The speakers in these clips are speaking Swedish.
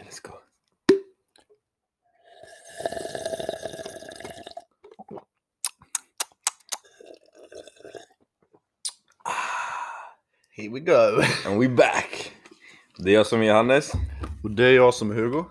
Okay, let's go. Here we go. And we back. Det är jag som är Johannes. Och det är jag som är Hugo.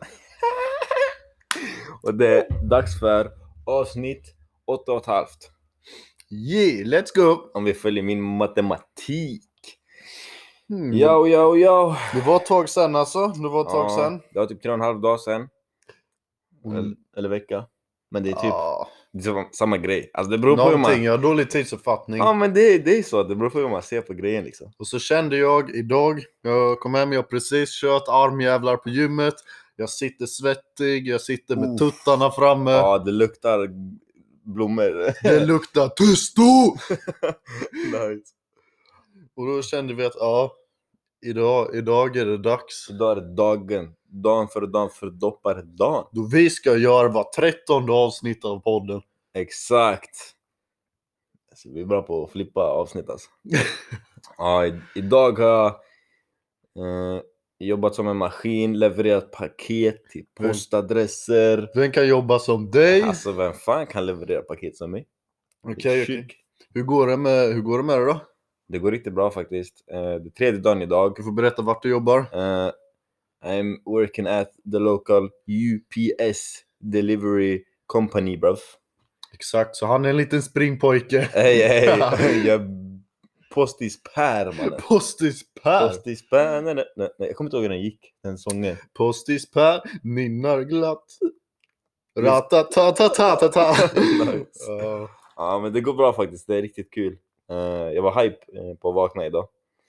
Och det är dags för avsnitt 8,5. Yeah, let's go. Om vi följer min matematik. Mm. Ja. Det var ett tag sedan alltså. Det var ett tag sedan. Det var typ 3,5 dagar sedan. Mm. Eller vecka. Men det är typ Ja. det är samma grej. Alltså det beror på hur man... Någonting, jag har dålig tidsuppfattning. Ja, men det är så. Det beror på hur man ser på grejen liksom. Och så kände jag idag, jag kom hem, jag har precis kört armjävlar på gymmet. Jag sitter svettig, jag sitter med tuttarna framme. Ja, det luktar blommor. Det luktar testo! Nice. Och då kände vi att idag är det dags. Idag är det dagen för dopparedagen. Då vi ska göra var 13:e avsnitt av podden. Exakt. Alltså, vi är bra på att flippa avsnitt alltså. Ja, idag har jag jobbat som en maskin, levererat paket till postadresser. Vem kan jobba som dig? Alltså vem fan kan leverera paket som mig? Okej. Hur går det med det då? Det går riktigt bra faktiskt. Det är 3:e dagen idag. Du får berätta vart du jobbar. I'm working at the local UPS delivery company, bruv. Exakt, så han är en liten springpojke. Hej. Jag Postis Per, mannen. Postis Per. Nej, jag kommer inte ihåg hur den gick, den sången. Postis Per, nynnar glatt. Ratatatatata. Nice. Ja, men det går bra faktiskt, det är riktigt kul. Jag var hype på att vakna idag.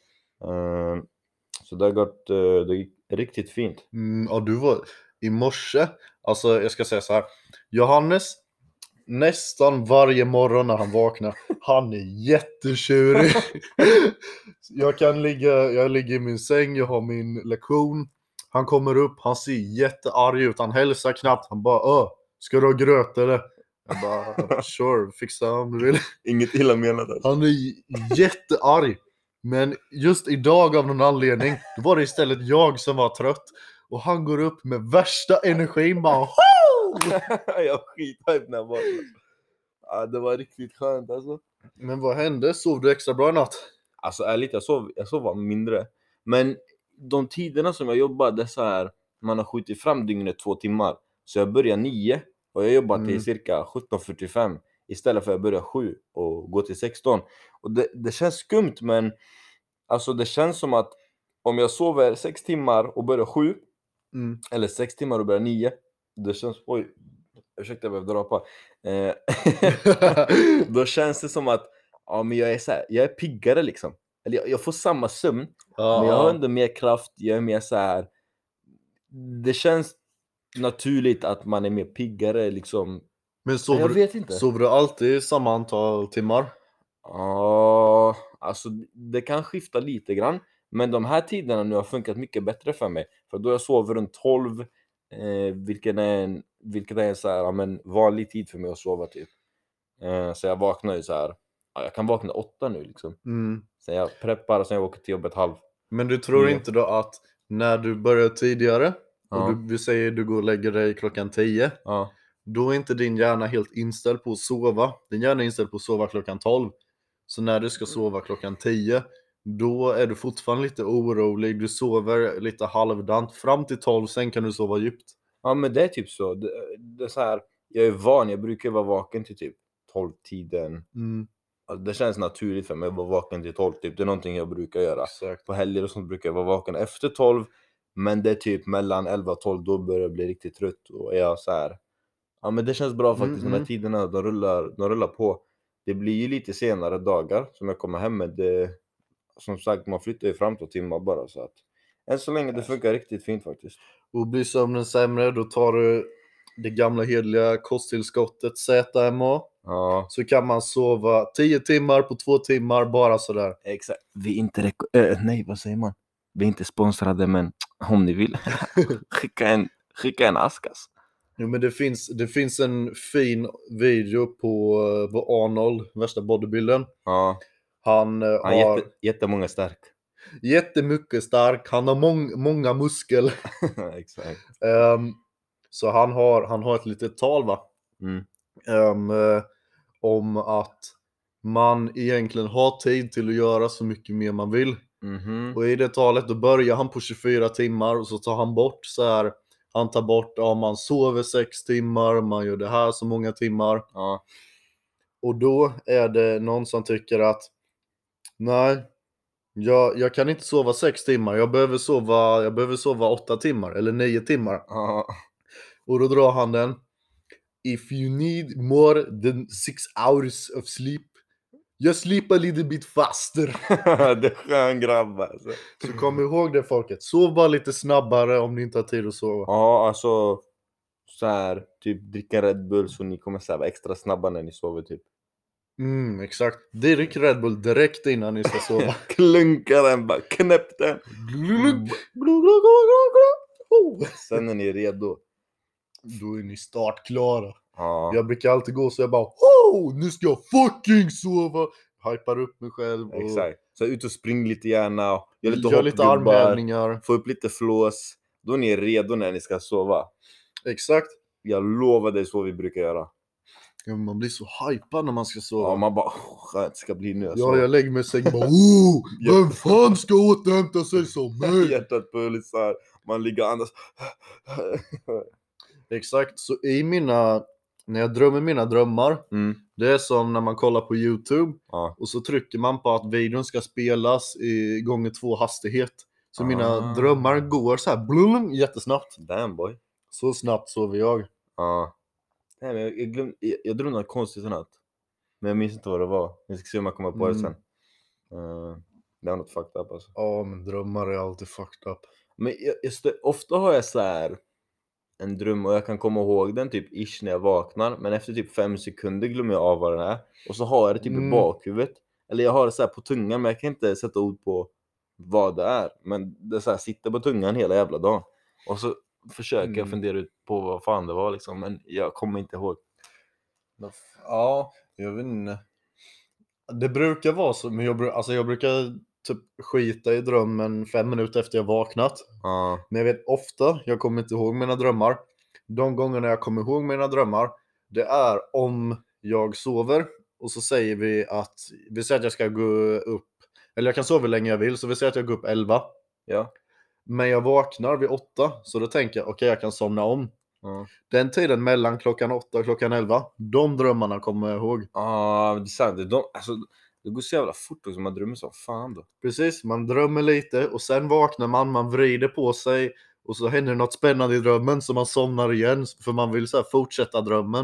Så det gick riktigt fint. Ja, du var i morse. Alltså jag ska säga så här. Johannes, nästan varje morgon när han vaknar, han är jättetjurig. Jag ligger i min säng, jag har min lektion. Han kommer upp, han ser jättearg ut, han hälsar knappt. Han bara, ska du ha gröt eller? Jag bara, sure, fixa om du vill. Inget illa menat alltså. Han är jättearg. Men just idag av någon anledning, då var det istället jag som var trött. Och han går upp med värsta energin, bara Jag var skithype när jag vaknade. Ja, det var riktigt skönt alltså. Men vad hände? Sov du extra bra i natt? Alltså ärligt, jag sov mindre. Men de tiderna som jag jobbade så här, man har skjutit fram dygnet 2 timmar. Så jag börjar 9 och jag jobbar till cirka 17:45 istället för att börja 7 och gå till 16. Och det känns skumt, men alltså det känns som att om jag sover 6 timmar och börjar 7 eller 6 timmar och börjar 9, det känns, ursäkta jag behövde rapa. Då känns det som att men jag är piggare liksom. Eller jag får samma sömn, men jag har ändå mer kraft, jag är mer så här. Det känns naturligt att man är mer piggare liksom. Men jag vet inte. Sover du alltid samma antal timmar? Ja, alltså det kan skifta lite grann. Men de här tiderna nu har funkat mycket bättre för mig. För då jag sover runt 12, vilket är en så här, men vanlig tid för mig att sova typ. Så jag vaknar ju så här. Jag kan vakna 8 nu liksom. Sen jag preppar och sen jag åker till jobbet 7:30. Men du tror inte då att när du börjar tidigare och vi säger du går och lägger dig klockan 10, då är inte din hjärna helt inställd på att sova. Din hjärna är inställd på att sova klockan 12. Så när du ska sova klockan 10, då är du fortfarande lite orolig. Du sover lite halvdant fram till 12, sen kan du sova djupt. Ja, men det är typ så. Det är så här, jag är van, jag brukar vara vaken till typ 12-tiden. Alltså, det känns naturligt för mig att vara vaken till 12 typ. Det är någonting jag brukar göra. Exakt. På helger och sånt brukar jag vara vaken efter 12. Men det är typ mellan 11 och 12, då börjar jag bli riktigt trött. Och jag så här. Ja, men det känns bra faktiskt. De här tiderna, de rullar på. Det blir ju lite senare dagar som jag kommer hem med. Det, som sagt, man flyttar ju fram 2 timmar bara. Så att än så länge det funkar riktigt fint faktiskt. Och blir sömnen sämre, då tar du det gamla hedliga kosttillskottet ZMA. Ja. Så kan man sova 10 timmar på 2 timmar, bara sådär. Exakt. Vi är inte vad säger man? Vi är inte sponsrade, men om ni vill skicka en askas. Jo, men det finns en fin video på Arnold, värsta bodybuildern. Ja. Han har jättemånga stark. Jättemycket stark. Han har många muskler. Exakt. Så han har ett litet tal va? Mm. Om att man egentligen har tid till att göra så mycket mer man vill. Mhm. Och i det talet då börjar han på 24 timmar och så tar han bort så här. Han tar bort, man sover 6 timmar, man gör det här så många timmar. Ja. Och då är det någon som tycker att nej, jag kan inte sova 6 timmar, jag behöver sova 8 timmar eller 9 timmar. Ja. Och då drar han den. If you need more than 6 hours of sleep, just sleep a little bit faster. Det är skön grabb alltså. Så kom ihåg det folket, sov bara lite snabbare om ni inte har tid att sova. Ja, alltså så här, typ dricka Red Bull så ni kommer så här vara extra snabba när ni sover typ. Exakt. Drick Red Bull direkt innan ni ska sova. Klunka den bara, knäpp den. Sen är ni redo. Då är ni startklara. Ja, Jag brukar alltid gå så jag bara nu ska jag fucking sova. Hypar upp mig själv och exakt. Så ut och spring lite gärna. Gör lite gör lite hoppgubbar. armhävningar. Få upp lite flås. Då är ni redo när ni ska sova. Exakt. Jag lovar dig, så vi brukar göra. Ja, man blir så hypad när man ska sova. Ja, man bara, skönt ska bli nu. Ja, jag lägger mig i sängen och bara vem fan ska återhämta sig som mig? Hjärtat pulsar. Man ligger och andas. Exakt, så när jag drömmer mina drömmar, det är som när man kollar på YouTube och så trycker man på att videon ska spelas i gånger 2 hastighet. Så mina drömmar går så här blum, jättesnabbt. Damn boy. Så snabbt sover jag. Ja. Nej, men jag drömde något konstigt i natt. Men jag minns inte vad det var. Jag ska se om jag kommer på det sen. Det var något fucked up alltså. Ja, men drömmar är alltid fucked up. Men ofta har jag så här en dröm och jag kan komma ihåg den typ ish när jag vaknar. Men efter typ 5 sekunder glömmer jag av vad den är. Och så har jag det typ i bakhuvudet. Eller jag har det så här på tungan, men jag kan inte sätta ord på vad det är. Men det så här sitter på tungan hela jävla dagen. Och så försöker jag fundera ut på vad fan det var liksom. Men jag kommer inte ihåg. Ja, jag vet inte. Det brukar vara så, men jag brukar typ skita i drömmen 5 minuter efter jag vaknat. Men jag vet ofta, jag kommer inte ihåg mina drömmar. De gångerna jag kommer ihåg mina drömmar, det är om jag sover och så säger vi säger att jag ska gå upp, eller jag kan sova hur länge jag vill, så vi säger att jag går upp 11. Ja. Men jag vaknar vid 8, så då tänker jag okej, jag kan somna om. Den tiden mellan klockan 8 och klockan 11, de drömmarna kommer jag ihåg. Det är sant. Det går så jävla fort också, man drömmer så fan då. Precis, man drömmer lite och sen vaknar man vrider på sig och så händer något spännande i drömmen så man somnar igen för man vill så här fortsätta drömmen.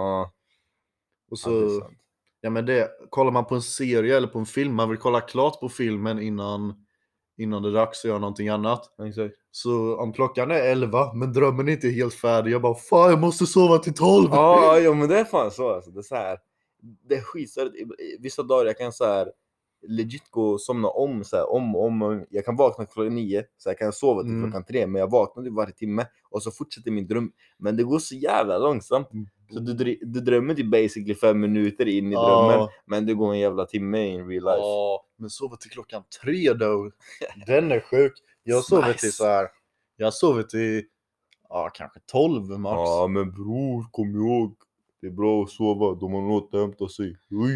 Och så, det är sant. Ja, men kollar man på en serie eller på en film, man vill kolla klart på filmen innan det är dags att göra någonting annat. Exakt. Så om klockan är 11 men drömmen är inte helt färdig, jag bara fan, jag måste sova till 12. Ja, men det är fan så alltså. Det är så här, det är skitsvårt. Vissa dagar jag kan så här legit gå och somna om så här, om jag kan vakna klockan 9 så jag kan sova till klockan 3, men jag vaknar till varje timme och så fortsätter min dröm, men det går så jävla långsamt. Så du drömmer till basically 5 minuter in i drömmen, men det går en jävla timme in real life. Men sova till klockan 3 då. Den är sjuk. Jag sover till så här. Jag sover till kanske 12 max. Ja, men bror, kom ihåg, det är bra att sova då man återhämtar sig.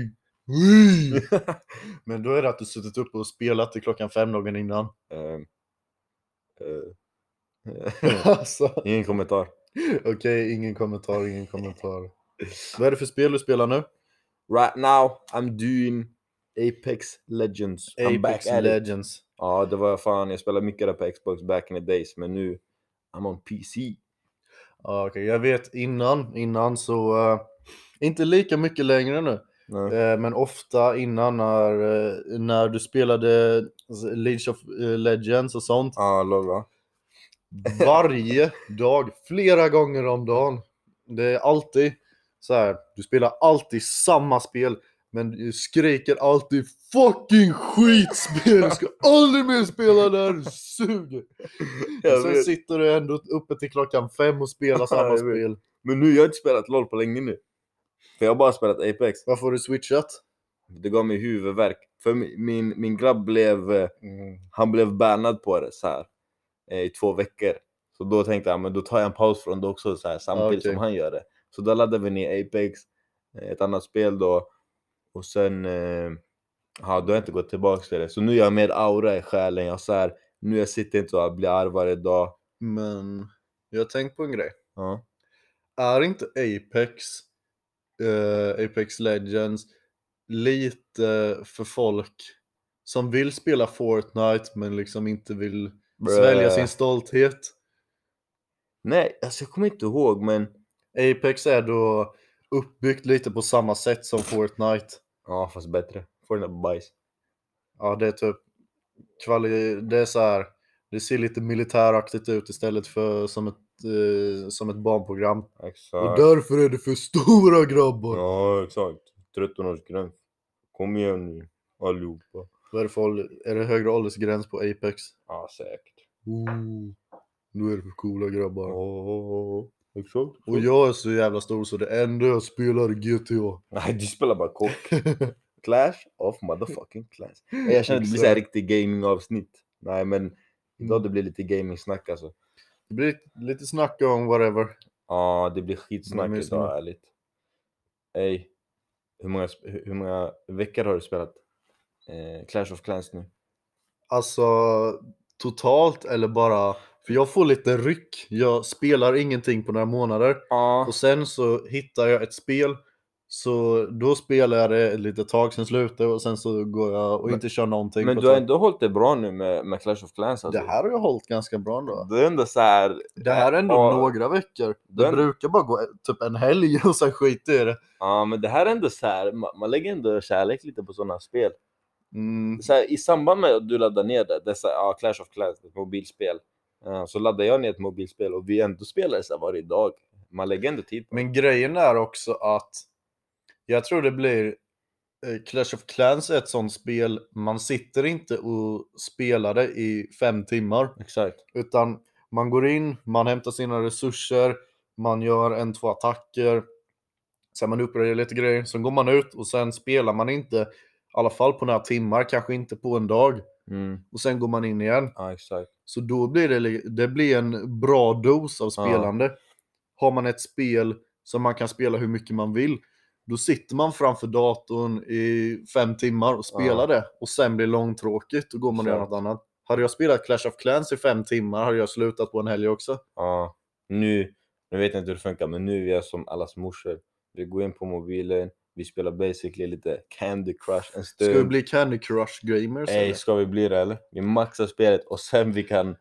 Men då är det att du suttit upp och spelat till klockan 5 dagen innan. Alltså. Ingen kommentar. Okej, ingen kommentar. Vad är det för spel du spelar nu? Right now I'm doing Apex Legends. Apex Legends. Ja, det var fan, jag spelade mycket där på Xbox back in the days, men nu I'm on PC. Okej, jag vet innan så inte lika mycket längre nu. Men ofta innan när du spelade League of Legends och sånt. Lol. Varje dag, flera gånger om dagen. Det är alltid så här, du spelar alltid samma spel, men du skriker alltid fucking skitspel. Du ska aldrig mer spela där, du suger. Sen sitter du ändå uppe till klockan 5 och spelar samma spel. Men nu har jag inte spelat LOL på länge nu. För jag har bara spelat Apex. Varför har du switchat? Det gav mig huvudvärk För min grabb blev, han blev bannad på det så här i 2 veckor. Så då tänkte jag, men då tar jag en paus från det också så här, samtidigt som han gör det. Så då laddade vi ner Apex, ett annat spel då. Och sen, då har jag inte gått tillbaka till det. Så nu är jag mer aura i själen. Jag så här, nu jag sitter inte och blir arg varje dag. Men jag har tänkt på en grej. Ja. Är inte Apex Legends lite för folk som vill spela Fortnite men liksom inte vill svälja sin stolthet? Nej, alltså jag kommer inte ihåg, men Apex är då uppbyggt lite på samma sätt som Fortnite. ja, fast bättre. Fortnite bajs. Ja, det är typ det är så här, det ser lite militäraktigt ut istället för som ett barnprogram. Exakt. Och därför är det för stora grabbar. Ja, exakt. 13-årsgräns. Kom igen nu, allihopa. Är det högre åldersgräns på Apex? Ja, säkert. Nu är det för coola grabbar. Exakt. Och jag är så jävla stor så det enda jag spelar är GTA. Nej, du spelar bara kock. Clash of motherfucking Clans. Jag känner att det blir så här riktigt gaming-avsnitt. Nej, men idag det blir lite gaming-snack alltså. Det blir lite snack om whatever. Ja, det blir skitsnack Men idag, ärligt. Ey, hur många veckor har du spelat Clash of Clans nu? Alltså totalt eller bara... För jag får lite ryck. Jag spelar ingenting på några månader. Ja. Och sen så hittar jag ett spel. Så då spelar jag det ett litet tag, sen slutar och sen så går jag och inte kör någonting. Men på du har tag. ändå hållit det bra nu med Clash of Clans alltså. Det här har jag hållit ganska bra ändå. Det är ändå så här. Det här är ändå några veckor. Det brukar bara gå typ en helg och sen skit i det. Ja, men det här är ändå så här. Man lägger ändå kärlek lite på sådana spel. Så här, i samband med att du laddar ner det är så här, Clash of Clans, ett mobilspel. Så laddar jag ner ett mobilspel och vi ändå spelar så här varje dag. Man lägger ändå tid på det. Men grejen är också att jag tror det blir Clash of Clans är ett sånt spel, man sitter inte och spelar det i 5 timmar. Exakt. Utan man går in, man hämtar sina resurser, man gör 1-2 attacker, sen man uppgraderar lite grejer, sen går man ut och sen spelar man inte, i alla fall på några timmar, kanske inte på en dag. Och sen går man in igen. Ja, exakt. Så då blir det blir en bra dos av spelande. Har man ett spel som man kan spela hur mycket man vill, då sitter man framför datorn i 5 timmar och spelar det. Och sen blir det långtråkigt, då går man och gör något annat. Hade jag spelat Clash of Clans i 5 timmar hade jag slutat på en helg också. Ja, nu vet jag inte hur det funkar, men nu är jag som allas morsor. Vi går in på mobilen, vi spelar basically lite Candy Crush en stund. Ska vi bli Candy Crush gamers? Nej, ska vi bli det eller? Vi maxar spelet och sen vi kan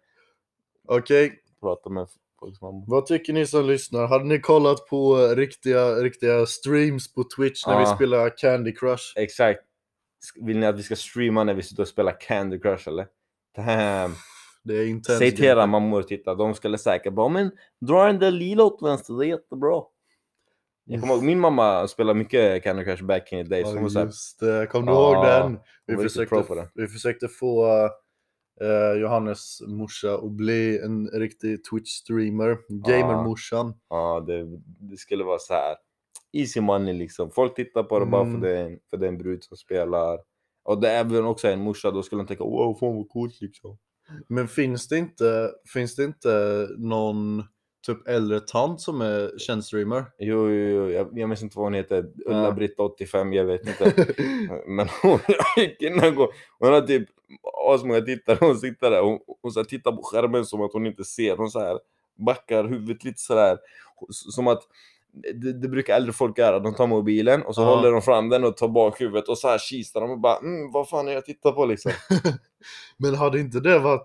prata med folks mamma. Vad tycker ni som lyssnar? Hade ni kollat på riktiga streams på Twitch när vi spelar Candy Crush? Exakt. Vill ni att vi ska streama när vi sitter och spelar Candy Crush eller? Damn. Det är intens. Säg till era mammor och titta, de skulle säkert bara, men dra den där lila åt vänster, det är jättebra. Jag kommer ihåg, min mamma spelade mycket Candy Crush back in the days. Just det, kom du ihåg den? Vi försökte få Johannes morsa att bli en riktig Twitch-streamer. Gamer-morsan. Ja, det skulle vara så här easy money liksom. Folk tittar på det bara för den brud som spelar. Och det är även också en morsa, då skulle de tänka, wow, fan vad coolt liksom. Men finns det inte någon typ äldre tant som är känd streamer? Jo, jag minns inte vad hon heter. Ulla-Britta 85, jag vet inte. Men hon gick in en gång. Hon har typ asmånga tittare. Hon sitter där. Hon så här, tittar på skärmen som att hon inte ser. Hon så här backar huvudet lite sådär. Som att det brukar äldre folk göra. De tar mobilen och så håller de fram den och tar bak huvudet. Och så här kistar de och bara, vad fan är jag tittar på liksom? Men hade inte det varit...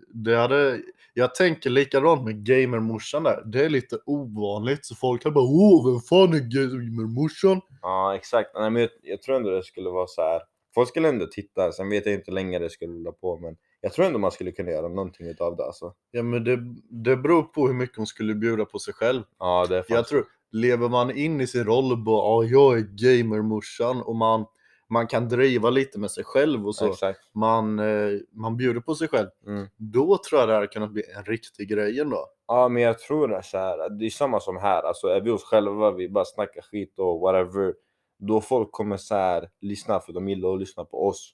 Jag tänker likadant med gamermorsan där. Det är lite ovanligt. Så folk kan bara, vem fan är gamermorsan? Ja, exakt. Nej, men jag tror ändå det skulle vara så här. Folk skulle ändå titta. Sen vet jag inte hur länge det skulle hålla på. Men jag tror ändå man skulle kunna göra någonting av det alltså. Ja, men det beror på hur mycket hon skulle bjuda på sig själv. Ja, det är faktiskt. Jag tror, lever man in i sin roll och bara, jag är gamermorsan. Och man kan driva lite med sig själv och så. Exakt. Man bjuder på sig själv. Då tror jag det här kan bli en riktig grej ändå. Ja, men jag tror det så här. Det är samma som här. Alltså är vi oss själva, vi bara snackar skit och whatever. Då folk kommer så här lyssna för de gillar att lyssna på oss.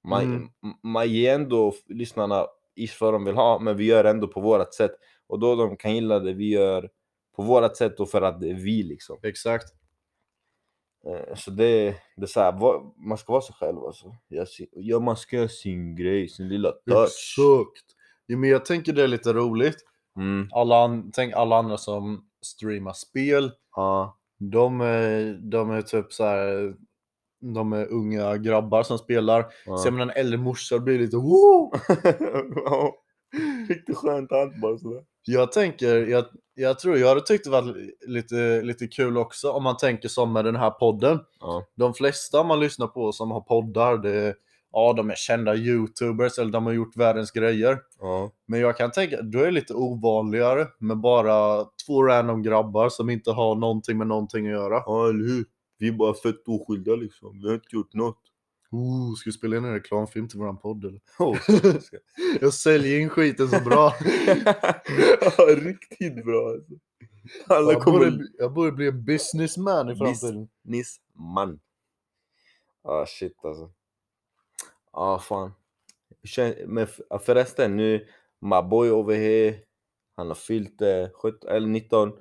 Man ger ändå lyssnarna ish vad de vill ha, men vi gör ändå på vårat sätt. Och då de kan gilla det vi gör på vårat sätt och för att det är vi liksom. Exakt. Så det är så här, man ska vara sig själv alltså. Man ska göra sin grej, sin lilla touch. Exakt. Ja, men jag tänker det är lite roligt. Tänk alla andra som streamar spel. Ja. De är typ så här. De är unga grabbar som spelar. Så jag menar en äldre morsa blir lite woo! Ja. Riktigt skönt att bara sådär. Jag tänker, jag tror jag hade tyckt det var lite kul också om man tänker som med den här podden. Ja. De flesta man lyssnar på som har poddar, de är kända YouTubers eller de har gjort världens grejer. Ja. Men jag kan tänka, då är det lite ovanligare med bara 2 random grabbar som inte har någonting med någonting att göra. Ja, eller hur? Vi är bara fett oskyldiga liksom. Vi har inte gjort något. Ska vi spela in en reklamfilm till våran podd eller? Jag säljer in skiten så bra. Ja, riktigt bra alltså. Jag borde bli en businessman i framtiden. Businessman. Shit alltså. Fan. Men förresten nu, my boy over here, han har fyllt 17 eller 19.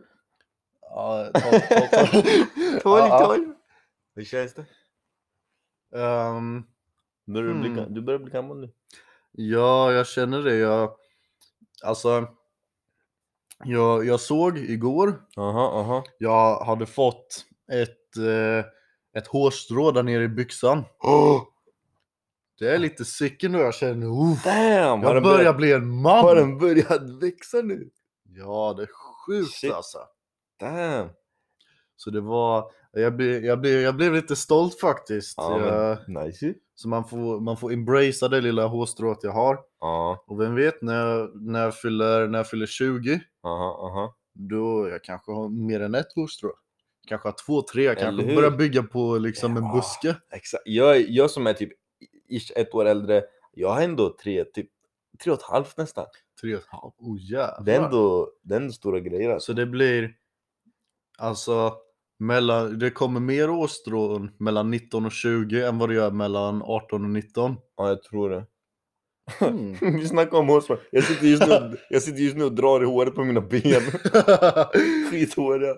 12. Hur känns det? Du börjar bli gammal nu. Ja, jag känner det. Jag såg igår. Jag hade fått ett hårstrå där nere i byxan. Det är lite sicken nu, jag känner. Damn, jag börjar bli en man. Har den börjat växa nu? Ja, det är sjukt. Shit. Alltså. Damn. Så det var, jag blev lite stolt faktiskt. Nice. Så man får embracea det lilla hårstrået jag har. Och vem vet, när jag fyller 20, då jag kanske har mer än ett hårstrå. Kanske har 2, 3, jag kanske börjar bygga på liksom en buske. Exakt. Jag som är typ 1 år äldre, jag har ändå 3,5 nästan. 3,5, jävlar. Det är ändå stora grejer. Så det blir, alltså, det kommer mer årstrån mellan 19 och 20 än vad det gör mellan 18 och 19. Ja, jag tror det. Vi snackar om hårstrå. Jag sitter just nu och drar i håret på mina ben. Skithåriga.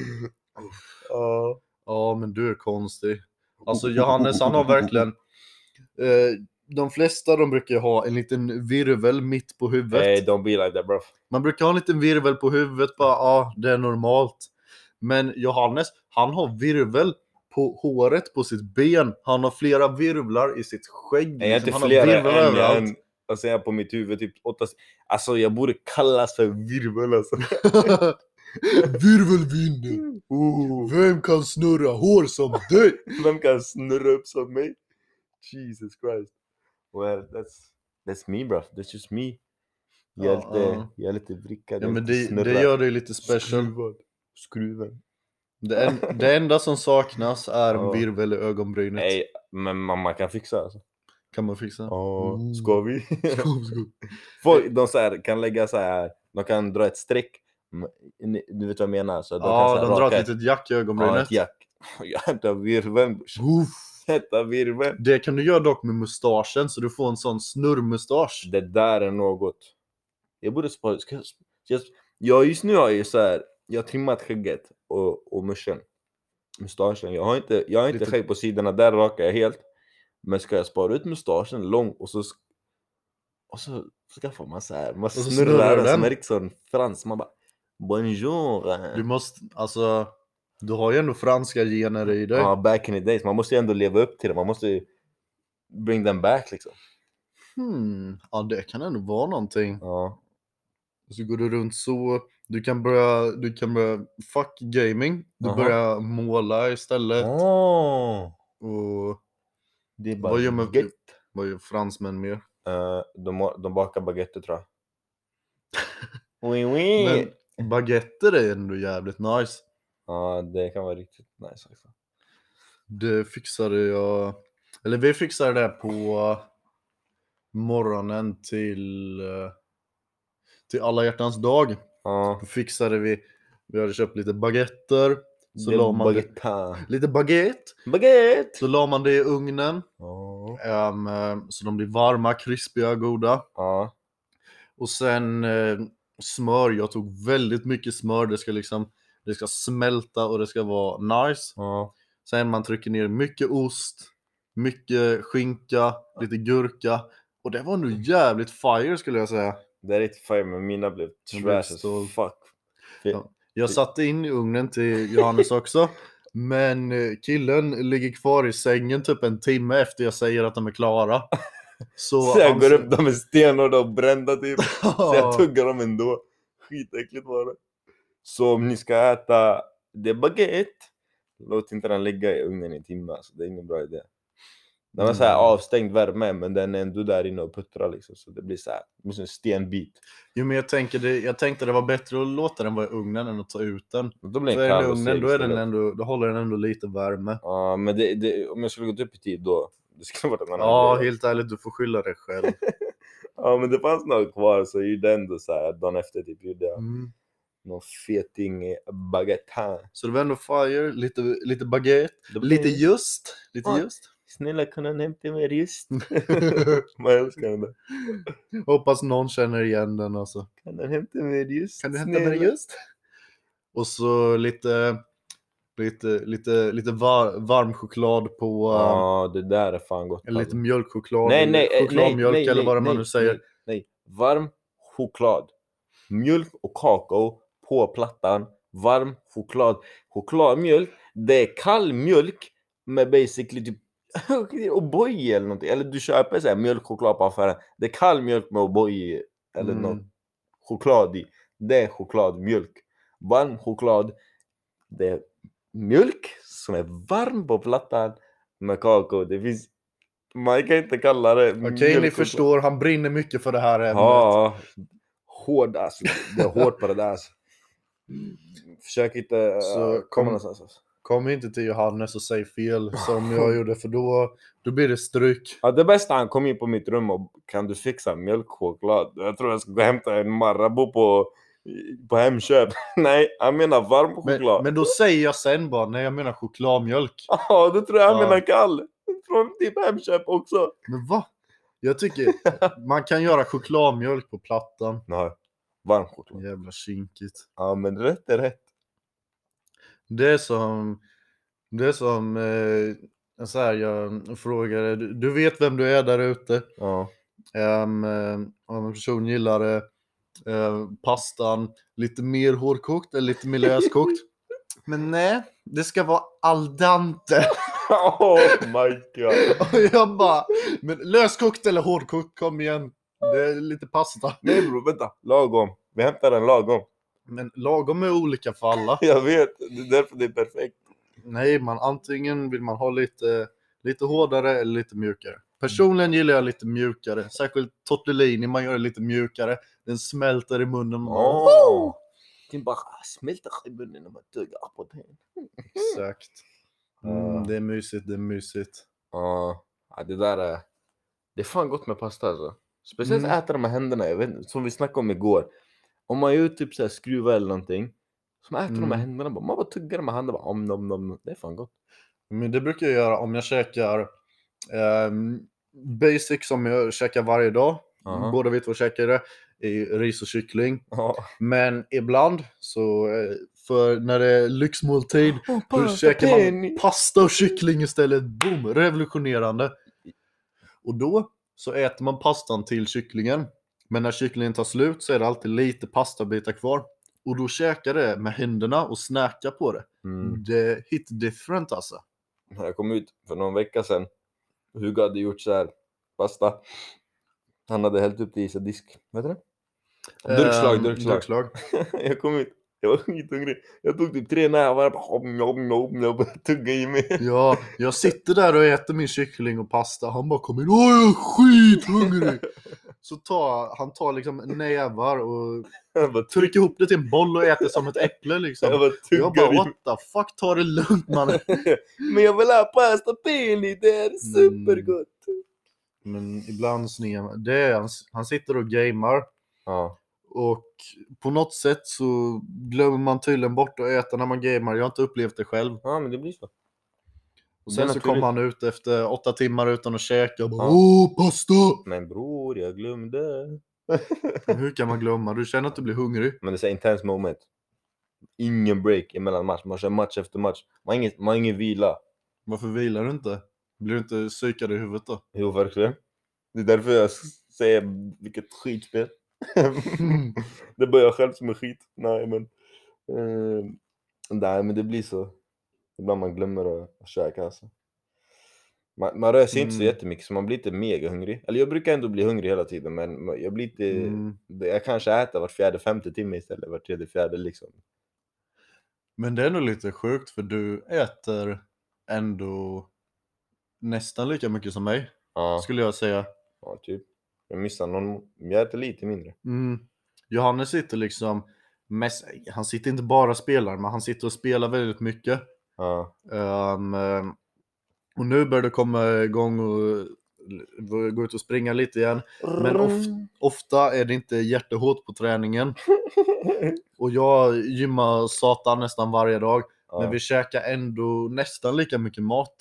Ja, men du är konstig. Alltså Johannes, han har verkligen de flesta, de brukar ha en liten virvel mitt på huvudet. Hey, don't be like that, bro. Man brukar ha en liten virvel på huvudet, bara det är normalt. Men Johannes, han har virvel på håret på sitt ben. Han har flera virvlar i sitt skägg. Jag är inte han flera har virvlar överallt. Alltså jag på mitt huvud typ 8. Alltså jag borde kallas för virvel alltså. Virvelvinden. Vem kan snurra hår som dig? Vem kan snurra upp som mig? Jesus Christ. Well, that's me, bro. That's just me. Jag är lite vrickad. Ja, men det gör det lite special. Skruven. Det enda som saknas är en virvel i ögonbrynet. Nej, men man kan fixa alltså. Kan man fixa? Ja, ska vi? Folk, de så här, kan lägga så här, de kan dra ett streck. Du vet vad jag menar? Så de drar ett litet jack i ögonbrynet. Ja, ett jack. Jag hämtar virveln. Det kan du göra dock med mustaschen, så du får en sån snurrmustasch. Det där är något. Jag borde spara. Just nu har jag så här, jag har trimmat skägget och mustaschen. Jag har inte skägg på sidorna, där rakar jag helt. Men ska jag spara ut mustaschen lång och så skaffar man så här, man snurrar den som Eriksson Frans, man bara bonjour. Du måste, alltså, du har ju ändå franska gener i dig. Ja, back in the days, man måste ju ändå leva upp till det, man måste bring them back liksom. Ja, det kan ändå vara någonting. Ja. Så går du runt så, du kan börja fuck gaming, du börjar måla istället. Och det är bara vad gör fransmän mer? De bakar baguetter, tror jag. Men baguetter är ändå jävligt nice. Ja, det kan vara riktigt nice också. Det fixade jag, eller vi fixade det på morgonen till alla hjärtans dag. Då fixade vi hade köpt lite baguetter. Så la man lite baguette. Så la man det i ugnen. Så de blir varma, krispiga, goda. Ja. Och sen smör, jag tog väldigt mycket smör. Det ska smälta och det ska vara nice. Ja. Sen man trycker ner mycket ost, mycket skinka, lite gurka. Och det var nu jävligt fire skulle jag säga. Det är riktigt fire, men mina blev Jag trash blev as stolt. fuck. Ja. Jag satte in i ugnen till Johannes också. Men killen ligger kvar i sängen typ en timme efter jag säger att de är klara. Så jag går upp, de är stenhårda och brända typ. Så jag tuggar dem ändå. Skitäckligt var det. Så om ni ska äta det baguette, låt inte den ligga i ugnen i en timme. Så det är ingen bra idé. Den har så här avstängd värme, men den är ändå där inne och puttrar liksom. Så det blir så här, det blir som en stenbit. Jo, men jag tänkte det var bättre att låta den vara i ugnen än att ta ut den. Då blir För den i kall och ugnen, seg då istället. håller den ändå lite värme. Ja, men om jag skulle gått upp i tid då, det skulle vara en annan Ja, grej. helt ärligt, du får skylla dig själv. Ja, men det fanns något kvar, så gjorde ändå så här, dagen efter typ gjorde jag någon feting baguette. Så det var ändå fire, lite baguette, lite just. Snälla, kan han hämta mer just? Man älskar den där. Hoppas någon känner igen den alltså. Kan han hämta mer just? Kan du hämta mer just? Och så lite varm choklad på... Ja, det där är fan gott. Eller lite mjölkchoklad. Nej, chokladmjölk eller vad man nu säger. Nej, varm choklad. Mjölk och kakao på plattan. Varm choklad. Chokladmjölk, det är kall mjölk med basically typ O'boy eller någonting. Eller du köper så här mjölkchoklad på affären. Det är kall mjölk med O'boy eller något choklad i. Det är chokladmjölk. Varm choklad, det är mjölk som är varm på plattan med kakao. Det finns, man kan inte kalla det Okej, ni förstår, han brinner mycket för det här ämnet. Ja, hård alltså. Det är hårt på det där alltså. Försök inte komma någonstans alltså. Kom inte till Johannes och säg fel som jag gjorde, för då blir det stryk. Ja, det bästa, han kom in på mitt rum och kan du fixa mjölkchoklad? Jag tror jag ska gå och hämta en Marabou på Hemköp. Nej, han menar varm choklad. Men då säger jag sen bara, nej jag menar chokladmjölk. Ja, då tror jag han menar kall. Från typ Hemköp också. Men va? Jag tycker man kan göra chokladmjölk på plattan. Nej, varm choklad. Jävla kinkigt. Ja, men rätt är rätt. Det är som så här, jag frågade, du vet vem du är där ute. Ja. Om en person gillar pastan lite mer hårdkokt eller lite mer löskokt. Men nej, det ska vara al dente. Oh my god. Och jag bara, men löskokt eller hårdkokt, kom igen. Det är lite pasta. Nej bro, vänta, lagom. Vi hämtar en lagom. Men lagom är olika för alla. Jag vet, det är därför det är perfekt. Nej, antingen vill man ha lite hårdare eller lite mjukare. Personligen gillar jag lite mjukare. Särskilt tortellini, man gör det lite mjukare. Den smälter i munnen. Den bara smälter i munnen när man tuggar på den. Exakt. Det är mysigt. Ja, det där är... Det är fan gott med pasta alltså. Speciellt äta de med händerna, jag vet, som vi snackade om igår. Om man gör typ så här skruva eller någonting, som äter de med händerna, man bara tuggar med händerna, bara det är fan gott. Men det brukar jag göra om jag käkar basic som jag käkar varje dag. Båda vi två käkar det i ris och kyckling. Men ibland så för när det är lyxmåltid då käkar man pasta och kyckling istället. Boom, revolutionerande. Och då så äter man pastan till kycklingen. Men när kycklingen tar slut så är det alltid lite pastabitar kvar. Och då käkar det med händerna och snäckar på det. Det hit different alltså. Jag kom ut för någon vecka sedan. Hugo hade gjort så här pasta. Han hade hällt upp det i disk. Vad heter det? Durkslag. Jag kom ut. Jag var skithungrig. Jag tog typ 3 nävar. Jag bara tugga i mig. Ja, jag sitter där och äter min kyckling och pasta. Han bara kommer in. Åh, jag är skithungrig. Så han tar liksom nävar och trycker ihop det till en boll och äter som ett äpple liksom. Jag bara what the fuck, ta det lugnt man. Men jag vill ha pasta peni, det är supergott. Men ibland han sitter och gamer. Ja. Och på något sätt så glömmer man tydligen bort att äta när man gamer. Jag har inte upplevt det själv. Ja, men det blir så. Och sen så kom han ut efter 8 timmar utan att käka och bara, Ja. åh, pasta! Men bror, jag glömde. Hur kan man glömma? Du känner att du blir hungrig. Men det är så intense moment. Ingen break emellan match. Man kör match efter match. Man har ingen vila. Varför vilar du inte? Blir du inte psykad i huvudet då? Jo, verkligen. Det är därför jag säger vilket skitspel. Det börjar jag själv som är skit. Nej, men det blir så. Ibland man glömmer att käka alltså. Man rör sig inte så jättemycket så man blir inte mega hungrig. Eller jag brukar ändå bli hungrig hela tiden, men jag blir inte... Jag kanske äter vart 4-5 timme istället, vart 3-4 liksom. Men det är nog lite sjukt för du äter ändå nästan lika mycket som mig, skulle jag säga. Ja, typ. Jag missar jag äter lite mindre. Johannes sitter liksom han sitter inte bara och spelar, men han sitter och spelar väldigt mycket. Ja. Och nu börjar det komma igång och gå ut och springa lite igen. Men ofta är det inte jättehårt på träningen. Och jag gymmar satan nästan varje dag. Men vi käkar ändå nästan lika mycket mat.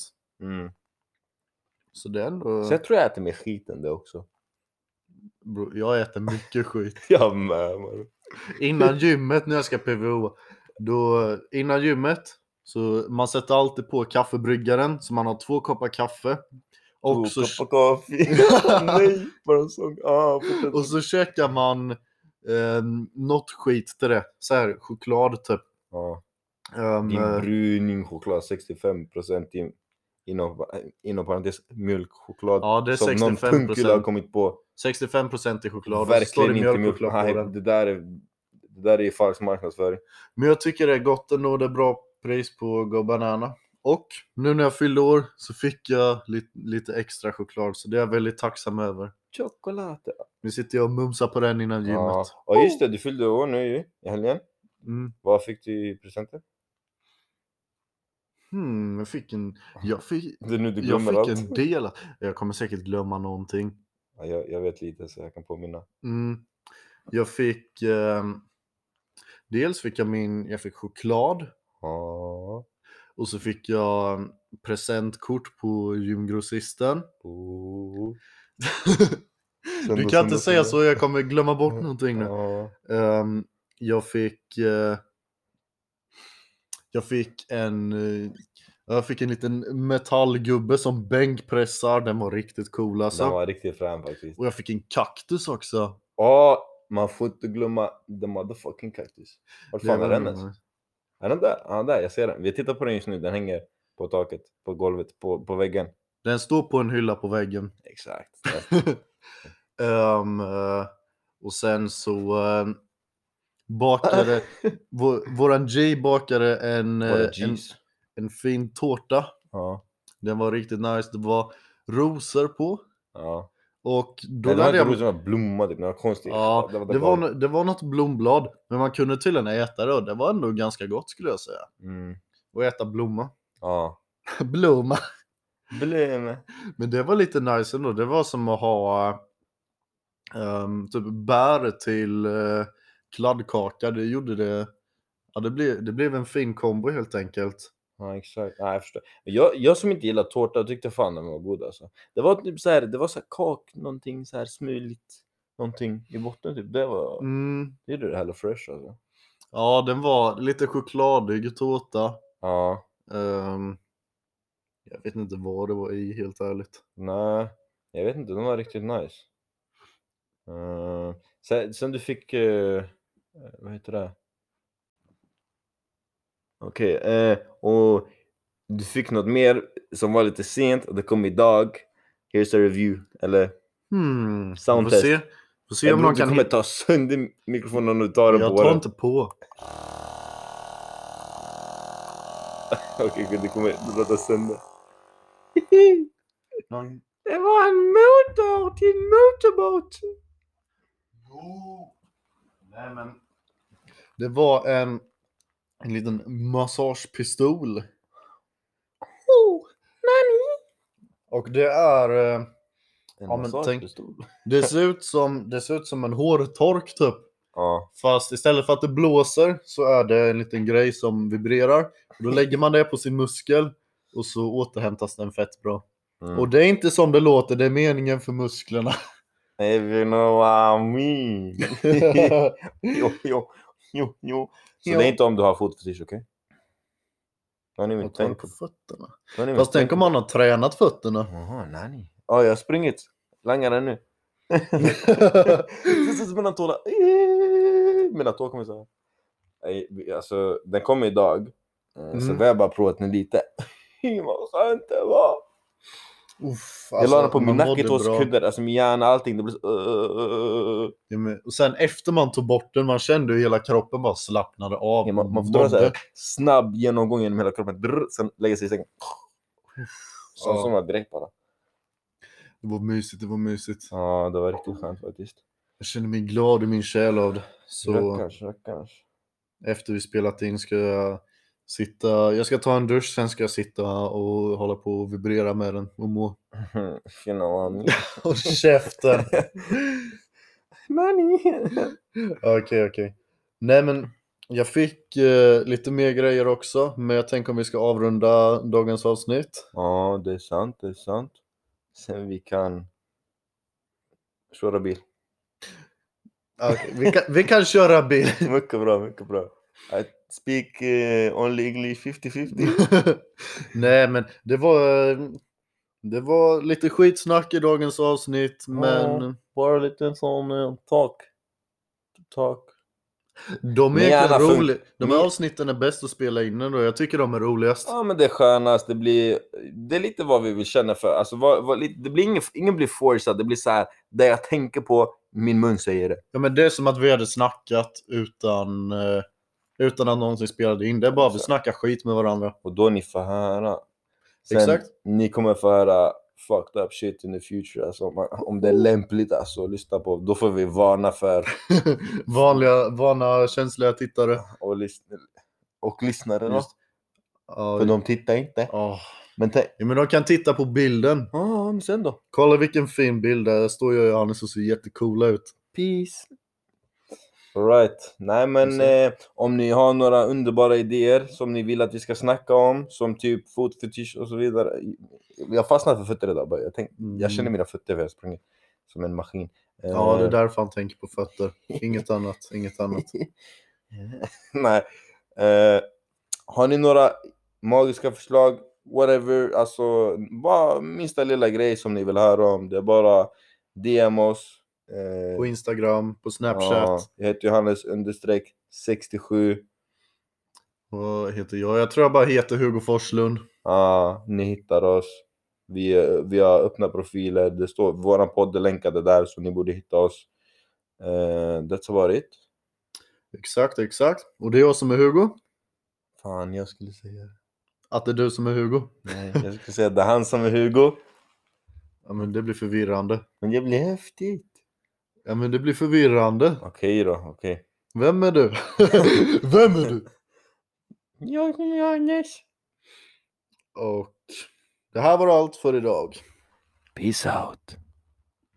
Så det är ändå... Så jag tror jag äter mer skit än det också. Bro, jag äter mycket skit. Ja, man. Innan gymmet, när jag ska PVO, innan gymmet så man sätter alltid på kaffebryggaren, så man har 2 koppar kaffe. Och så Nej, bara en sån. Och så käkar man något skit till det. Så här, choklad typ. Ja. Din bruning choklad 65% inom parentes mjölkchoklad. Ja, det är 65%. Som någon punkula har kommit på. 65% i choklad. Verkligen inte mjölkchoklad. Det där är falsk marknadsföring. Men jag tycker det är gott ändå. Det är bra pris på Go Banana. Och nu när jag fyllde år så fick jag lite extra choklad. Så det är jag väldigt tacksam över. Choklad. Nu sitter jag och mumsar på den innan gymmet. Ja, just det. Du fyllde år nu i helgen. Vad fick du i presenter? Jag fick en del. Jag kommer säkert glömma någonting. Ja, jag vet lite så jag kan påminna. Jag fick dels fick jag fick choklad. Ja. Och så fick jag presentkort på gymgrossisten. Du kan inte säga så, jag kommer glömma bort någonting nu. Jag fick en liten metallgubbe som bänkpressar. Den var riktigt cool alltså. Den var riktigt frän faktiskt. Och jag fick en kaktus också. Man får inte glömma the motherfucking kaktus. Vart fan är den ens? Är den där? Ja, där, jag ser den. Vi tittar på den just nu. Den hänger på taket, på golvet, på väggen. Den står på en hylla på väggen. Exakt. Och sen så bakade våran G bakade en fin tårta. Ja. Den var riktigt nice. Det var rosor på. Ja. Och då det var inte rosor, det var blommor, det var konstigt. Ja, det var något blomblad. Men man kunde tydligen äta det och det var ändå ganska gott skulle jag säga. Och äta blomma. Ja. Blomma. Blomma. Men det var lite nice ändå. Det var som att ha typ bär till kladdkaka. Det gjorde det. Ja, det blev en fin kombo helt enkelt. Ja, exakt. Ja, jag förstår. Jag som inte gillar tårta tyckte fan den var god alltså. Det var typ så här, det var så här någonting så här smuligt, någonting i botten typ. Det var det är det Hello Fresh alltså. Ja, den var lite chokladig tårta. Ja. Jag vet inte vad det var i, helt ärligt. Nej, jag vet inte, den var riktigt nice. Sen du fick vad heter det? Okej, och du fick något mer som var lite sent och det kom idag. Here's a review, eller soundtest. Får se om någon kan kommer ta sönder mikrofonen om du tar den på. Jag tar inte på. Okej, det kommer låta sönder. Det var en motor till en motorbåt. Nej, men det var en liten massagepistol. Och det är en massagepistol. Det ser ut som en hårtork typ. Ja. Fast istället för att det blåser så är det en liten grej som vibrerar. Då lägger man det på sin muskel och så återhämtas den fett bra. Mm. Och det är inte som det låter, det är meningen för musklerna. If you know what I mean. Jo. Så det är inte om du har fotfetisch, okej? Don't even Jag tar det think. på fötterna. Don't even Fast tänk think. om man har tränat fötterna. Jaha, nej. Ja, jag har sprungit. Längre nu. Så mina tårar. Mina tår kommer så här. Alltså, den kommer idag. Så vi har bara provat den lite. Vad skönt det var. Uff, Jag la den på man min mådde nacke, bra. kuddar, alltså min hjärna, allting. Det blev så... Ja, men, och sen efter man tog bort den, man kände hur hela kroppen bara slappnade av. Ja, man får dra så här snabb genomgång genom hela kroppen. Sen lägger sig i sängen. Som var direkt bara. Det var mysigt. Ja, det var riktigt skönt faktiskt. Jag känner mig glad i min själ av det. Så Rackarns. efter vi spelat in ska jag sitta. Jag ska ta en dusch, sen ska jag sitta och hålla på och vibrera med den och må. You know what I mean. Och käften. Money. Okej. Nej men jag fick lite mer grejer också. Men jag tänker om vi ska avrunda dagens avsnitt. Ja, det är sant. Sen vi kan köra bil. Okay, vi kan köra bil. Mycket bra. I speak only English 50-50. Nej men det var lite skitsnack i dagens avsnitt. Men bara lite sån talk. De är inte roliga. De här Men- avsnitten är bäst att spela in ändå. Jag tycker de är roligast. Ja, men det är skönast. Det är lite vad vi vill känna för. Alltså, det blir ingen blir forcad. Det blir så här, det jag tänker på, min mun säger det. Ja men det är som att vi hade snackat utan att någonsin spelade in. Det är bara att vi snackar skit med varandra. Och då ni får höra. Sen Exakt. ni kommer få höra fucked up shit in the future. Alltså, om det är lämpligt alltså, att lyssna på. Då får vi varna för Vana känsliga tittare. och lyssnare då. Just. Ja, För de tittar inte. ja. Men Men de kan titta på bilden. men sen då. Kolla vilken fin bild där står jag och Johannes och ser jättecoola ut. Peace. Alright. Nej men om ni har några underbara idéer som ni vill att vi ska snacka om, som typ fotfetisch och så vidare. Jag fastnat för fötter idag bara. Jag känner mina fötter för jag sprungit som en maskin. Ja, det är därför han tänker på fötter. Inget annat. Nej. Har ni några magiska förslag? Whatever. Alltså bara minsta lilla grej som ni vill höra om. Det är bara DM oss. På Instagram, på Snapchat. Ja, jag heter Johannes_67. Vad heter jag? Jag tror jag bara heter Hugo Forslund. Ja, ni hittar oss. Vi har öppna profiler. Det står våran podd är länkade där, så ni borde hitta oss. That's about it. Exakt. Och det är jag som är Hugo. Fan, jag skulle säga Att det är du som är Hugo. nej, jag skulle säga det är han som är Hugo. Ja men det blir förvirrande. Men det blir häftigt. Ja men det blir förvirrande. Okej då, okej. Vem är du? Vem är du? Jag är Johannes. Och det här var allt för idag. Peace out.